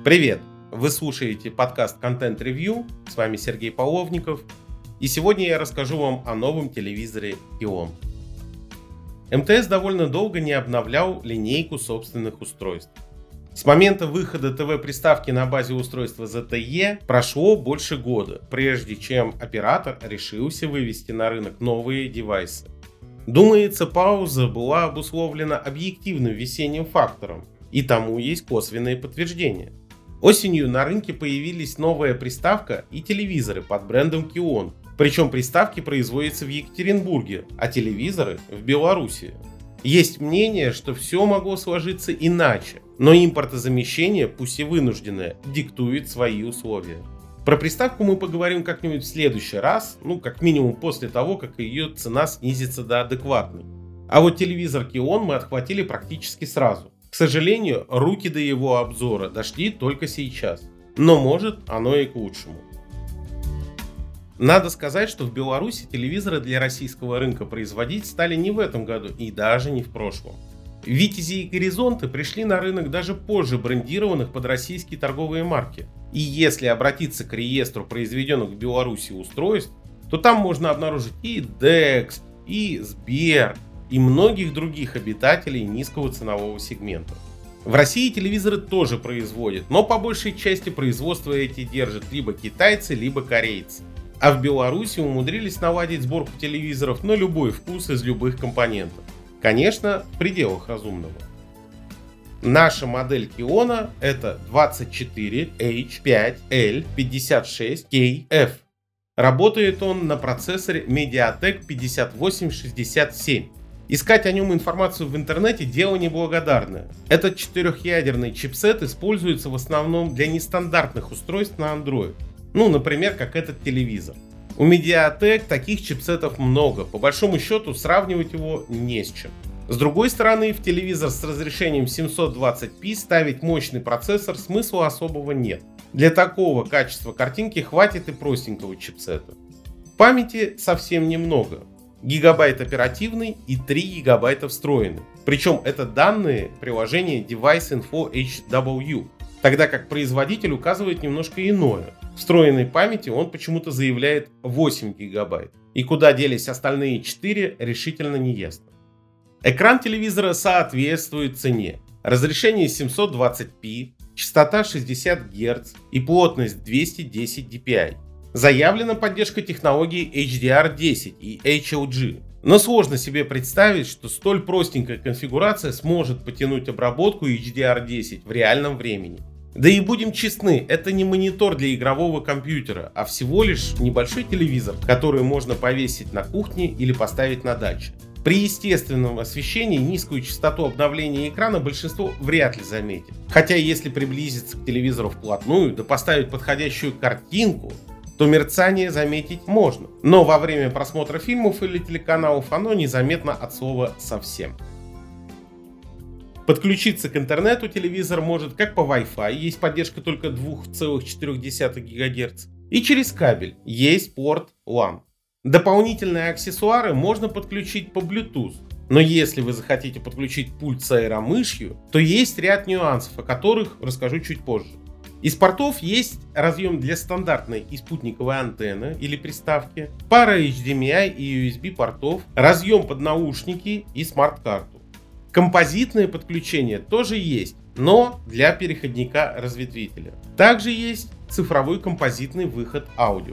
Привет! Вы слушаете подкаст Content Review, с вами Сергей Половников, и сегодня я расскажу вам о новом телевизоре KION. МТС довольно долго не обновлял линейку собственных устройств. С момента выхода ТВ-приставки на базе устройства ZTE прошло больше года, прежде чем оператор решился вывести на рынок новые девайсы. Думается, пауза была обусловлена объективным весенним фактором, и тому есть косвенные подтверждения. Осенью на рынке появились новая приставка и телевизоры под брендом KION, причем приставки производятся в Екатеринбурге, а телевизоры в Беларуси. Есть мнение, что все могло сложиться иначе, но импортозамещение, пусть и вынужденное, диктует свои условия. Про приставку мы поговорим как-нибудь в следующий раз, как минимум после того, как ее цена снизится до адекватной. А вот телевизор KION мы отхватили практически сразу. К сожалению, руки до его обзора дошли только сейчас, но может оно и к лучшему. Надо сказать, что в Беларуси телевизоры для российского рынка производить стали не в этом году и даже не в прошлом. Витязи и Горизонты пришли на рынок даже позже брендированных под российские торговые марки. И если обратиться к реестру произведенных в Беларуси устройств, то там можно обнаружить и DEX, и Сбер, и многих других обитателей низкого ценового сегмента. В России телевизоры тоже производят, но по большей части производство эти держат либо китайцы, либо корейцы. А в Беларуси умудрились наладить сборку телевизоров на любой вкус из любых компонентов. Конечно, в пределах разумного. Наша модель KION это 24H5L56KF. Работает он на процессоре Mediatek 5867. Искать о нем информацию в интернете дело неблагодарное. Этот четырехъядерный чипсет используется в основном для нестандартных устройств на Android. Например, как этот телевизор. У Mediatek таких чипсетов много, по большому счету сравнивать его не с чем. С другой стороны, в телевизор с разрешением 720p ставить мощный процессор смысла особого нет. Для такого качества картинки хватит и простенького чипсета. Памяти совсем немного. Гигабайт оперативный и 3 гигабайта встроенный. Причем это данные приложения Device Info HW, тогда как производитель указывает немножко иное. Встроенной памяти он почему-то заявляет 8 гигабайт. И куда делись остальные 4, решительно не ясно. Экран телевизора соответствует цене. Разрешение 720p, частота 60 Гц и плотность 210 dpi. Заявлена поддержка технологий HDR10 и HLG. Но сложно себе представить, что столь простенькая конфигурация сможет потянуть обработку HDR10 в реальном времени. Да и будем честны, это не монитор для игрового компьютера, а всего лишь небольшой телевизор, который можно повесить на кухне или поставить на даче. При естественном освещении низкую частоту обновления экрана большинство вряд ли заметит. Хотя если приблизиться к телевизору вплотную, да поставить подходящую картинку, то мерцание заметить можно. Но во время просмотра фильмов или телеканалов оно незаметно от слова совсем. Подключиться к интернету телевизор может как по Wi-Fi, есть поддержка только 2,4 ГГц, и через кабель, есть порт LAN. Дополнительные аксессуары можно подключить по Bluetooth, но если вы захотите подключить пульт с аэромышью, то есть ряд нюансов, о которых расскажу чуть позже. Из портов есть разъем для стандартной и спутниковой антенны или приставки, пара HDMI и USB портов, разъем под наушники и смарт-карту. Композитное подключение тоже есть, но для переходника-разветвителя. Также есть цифровой композитный выход аудио.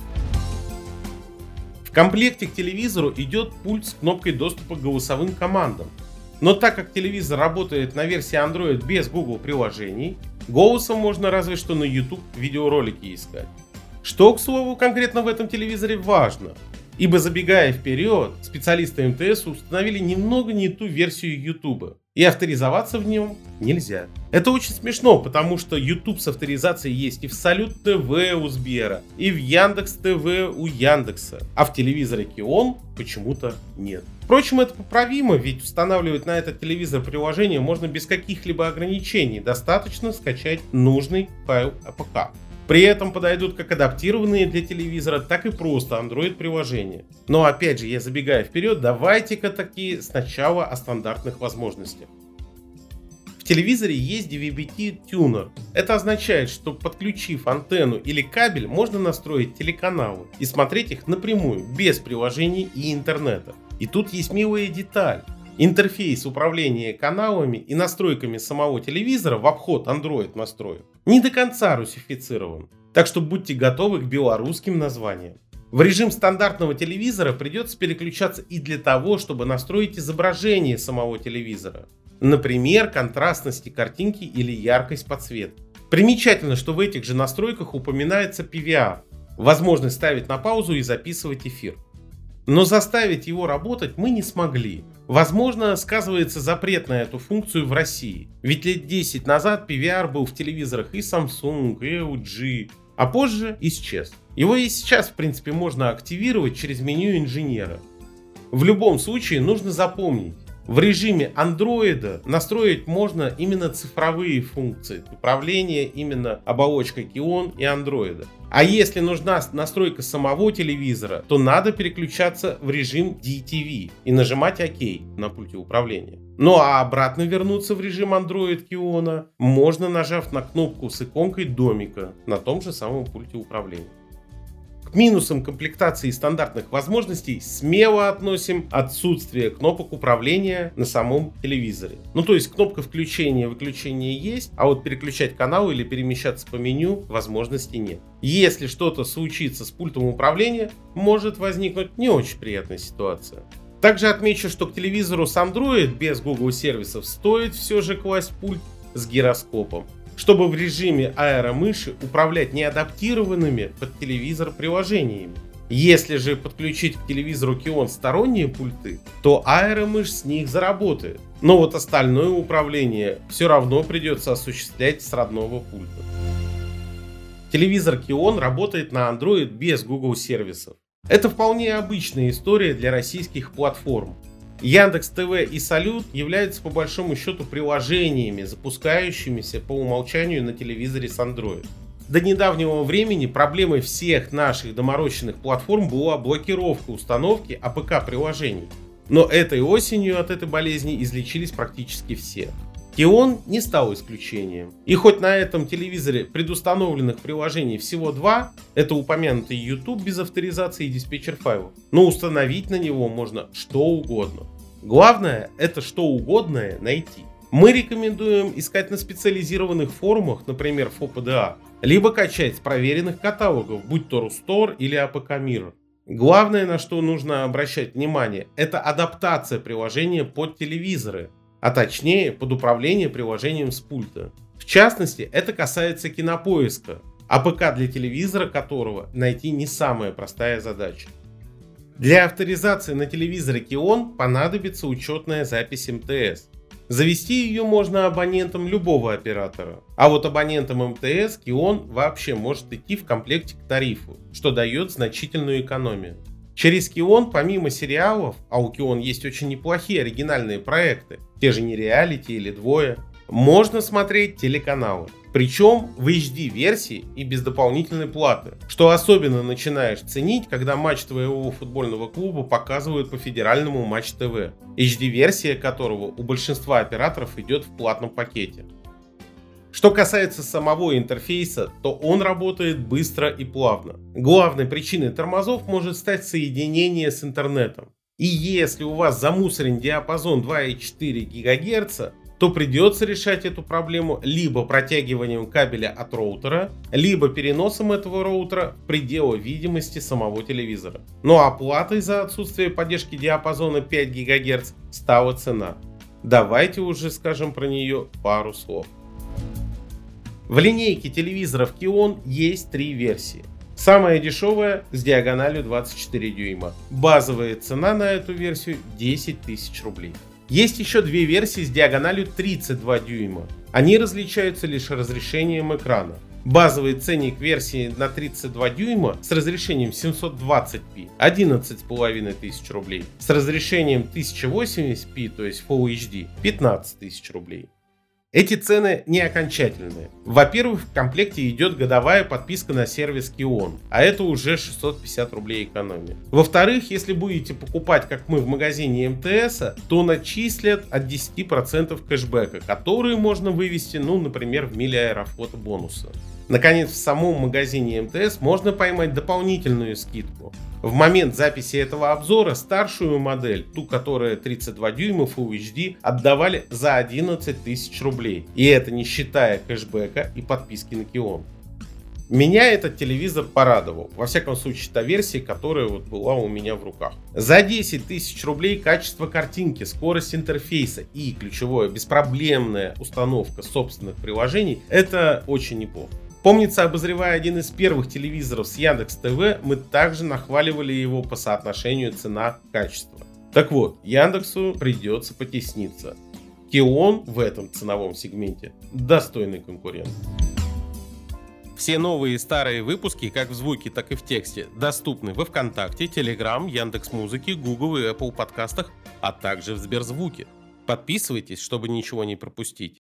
В комплекте к телевизору идет пульт с кнопкой доступа к голосовым командам. Но так как телевизор работает на версии Android без Google приложений, голосом можно разве что на YouTube видеоролики искать. Что, к слову, конкретно в этом телевизоре важно, ибо забегая вперед, специалисты МТС установили немного не ту версию YouTube, и авторизоваться в нем нельзя. Это очень смешно, потому что YouTube с авторизацией есть и в Салют ТВ у Сбера, и в Яндекс ТВ у Яндекса, а в телевизоре KION почему-то нет. Впрочем, это поправимо, ведь устанавливать на этот телевизор приложение можно без каких-либо ограничений, достаточно скачать нужный файл APK. При этом подойдут как адаптированные для телевизора, так и просто Android приложения. Но опять же, я забегаю вперед, давайте-ка таки сначала о стандартных возможностях. В телевизоре есть DVB-T-тюнер. Это означает, что подключив антенну или кабель, можно настроить телеканалы и смотреть их напрямую, без приложений и интернета. И тут есть милая деталь. Интерфейс управления каналами и настройками самого телевизора в обход Android настроек не до конца русифицирован. Так что будьте готовы к белорусским названиям. В режим стандартного телевизора придется переключаться и для того, чтобы настроить изображение самого телевизора. Например, контрастности картинки или яркость подсветки. Примечательно, что в этих же настройках упоминается PVR, возможность ставить на паузу и записывать эфир. Но заставить его работать мы не смогли. Возможно, сказывается запрет на эту функцию в России. Ведь лет 10 назад PVR был в телевизорах и Samsung, и LG, а позже исчез. Его и сейчас, в принципе, можно активировать через меню инженера. В любом случае нужно запомнить, в режиме Android настроить можно именно цифровые функции управления именно оболочкой Kion и Android. А если нужна настройка самого телевизора, то надо переключаться в режим DTV и нажимать ОК на пульте управления. Ну а обратно вернуться в режим Android Kion можно, нажав на кнопку с иконкой домика на том же самом пульте управления. К минусам комплектации стандартных возможностей смело относим отсутствие кнопок управления на самом телевизоре. Ну то есть кнопка включения и выключения есть, а вот переключать канал или перемещаться по меню возможности нет. Если что-то случится с пультом управления, может возникнуть не очень приятная ситуация. Также отмечу, что к телевизору с Android без Google сервисов стоит все же класть пульт с гироскопом, чтобы в режиме аэромыши управлять неадаптированными под телевизор приложениями. Если же подключить к телевизору Kion сторонние пульты, то аэромышь с них заработает. Но вот остальное управление все равно придется осуществлять с родного пульта. Телевизор Kion работает на Android без Google сервисов. Это вполне обычная история для российских платформ. Яндекс.ТВ и Салют являются по большому счету приложениями, запускающимися по умолчанию на телевизоре с Android. До недавнего времени проблемой всех наших доморощенных платформ была блокировка установки АПК-приложений. Но этой осенью от этой болезни излечились практически все. Kion не стал исключением. И хоть на этом телевизоре предустановленных приложений всего 2, это упомянутый YouTube без авторизации и диспетчер файлов, но установить на него можно что угодно. Главное, это что угодное найти. Мы рекомендуем искать на специализированных форумах, например, FOPDA, либо качать с проверенных каталогов, будь то Рустор или APK Mirror. Главное, на что нужно обращать внимание, это адаптация приложения под телевизоры, а точнее под управление приложением с пульта. В частности, это касается кинопоиска, АПК для телевизора которого найти не самая простая задача. Для авторизации на телевизоре Kion понадобится учетная запись МТС. Завести ее можно абонентам любого оператора, а вот абонентам МТС Kion вообще может идти в комплекте к тарифу, что дает значительную экономию. Через Kion, помимо сериалов, а у Kion есть очень неплохие оригинальные проекты, те же «Нереалити» или «Двое», можно смотреть телеканалы. Причем в HD-версии и без дополнительной платы, что особенно начинаешь ценить, когда матч твоего футбольного клуба показывают по федеральному Матч ТВ, HD-версия которого у большинства операторов идет в платном пакете. Что касается самого интерфейса, то он работает быстро и плавно. Главной причиной тормозов может стать соединение с интернетом. И если у вас замусорен диапазон 2,4 ГГц, то придется решать эту проблему либо протягиванием кабеля от роутера, либо переносом этого роутера в пределы видимости самого телевизора. Ну а платой за отсутствие поддержки диапазона 5 ГГц стала цена. Давайте уже скажем про нее пару слов. В линейке телевизоров Kion есть 3 версии. Самая дешевая с диагональю 24 дюйма. Базовая цена на эту версию 10 тысяч рублей. Есть еще 2 версии с диагональю 32 дюйма. Они различаются лишь разрешением экрана. Базовый ценник версии на 32 дюйма с разрешением 720p 11,5 тысяч рублей. С разрешением 1080p, то есть Full HD, 15 тысяч рублей. Эти цены не окончательные. Во-первых, в комплекте идет годовая подписка на сервис Kion, а это уже 650 рублей экономии. Во-вторых, если будете покупать, как мы, в магазине МТС, то начислят от 10% кэшбэка, которые можно вывести, например, в мили Аэрофлота бонуса. Наконец, в самом магазине МТС можно поймать дополнительную скидку. В момент записи этого обзора старшую модель, ту, которая 32 дюйма Full HD, отдавали за 11 тысяч рублей. И это не считая кэшбэка и подписки на Kion. Меня этот телевизор порадовал. Во всяком случае, та версия, которая была у меня в руках. За 10 тысяч рублей качество картинки, скорость интерфейса и, ключевое, беспроблемная установка собственных приложений – это очень неплохо. Помнится, обозревая один из первых телевизоров с Яндекс.ТВ, мы также нахваливали его по соотношению цена-качество. Так вот, Яндексу придется потесниться. Kion в этом ценовом сегменте достойный конкурент. Все новые и старые выпуски, как в звуке, так и в тексте, доступны во ВКонтакте, Телеграм, Яндекс.Музыке, Google и Apple подкастах, а также в Сберзвуке. Подписывайтесь, чтобы ничего не пропустить.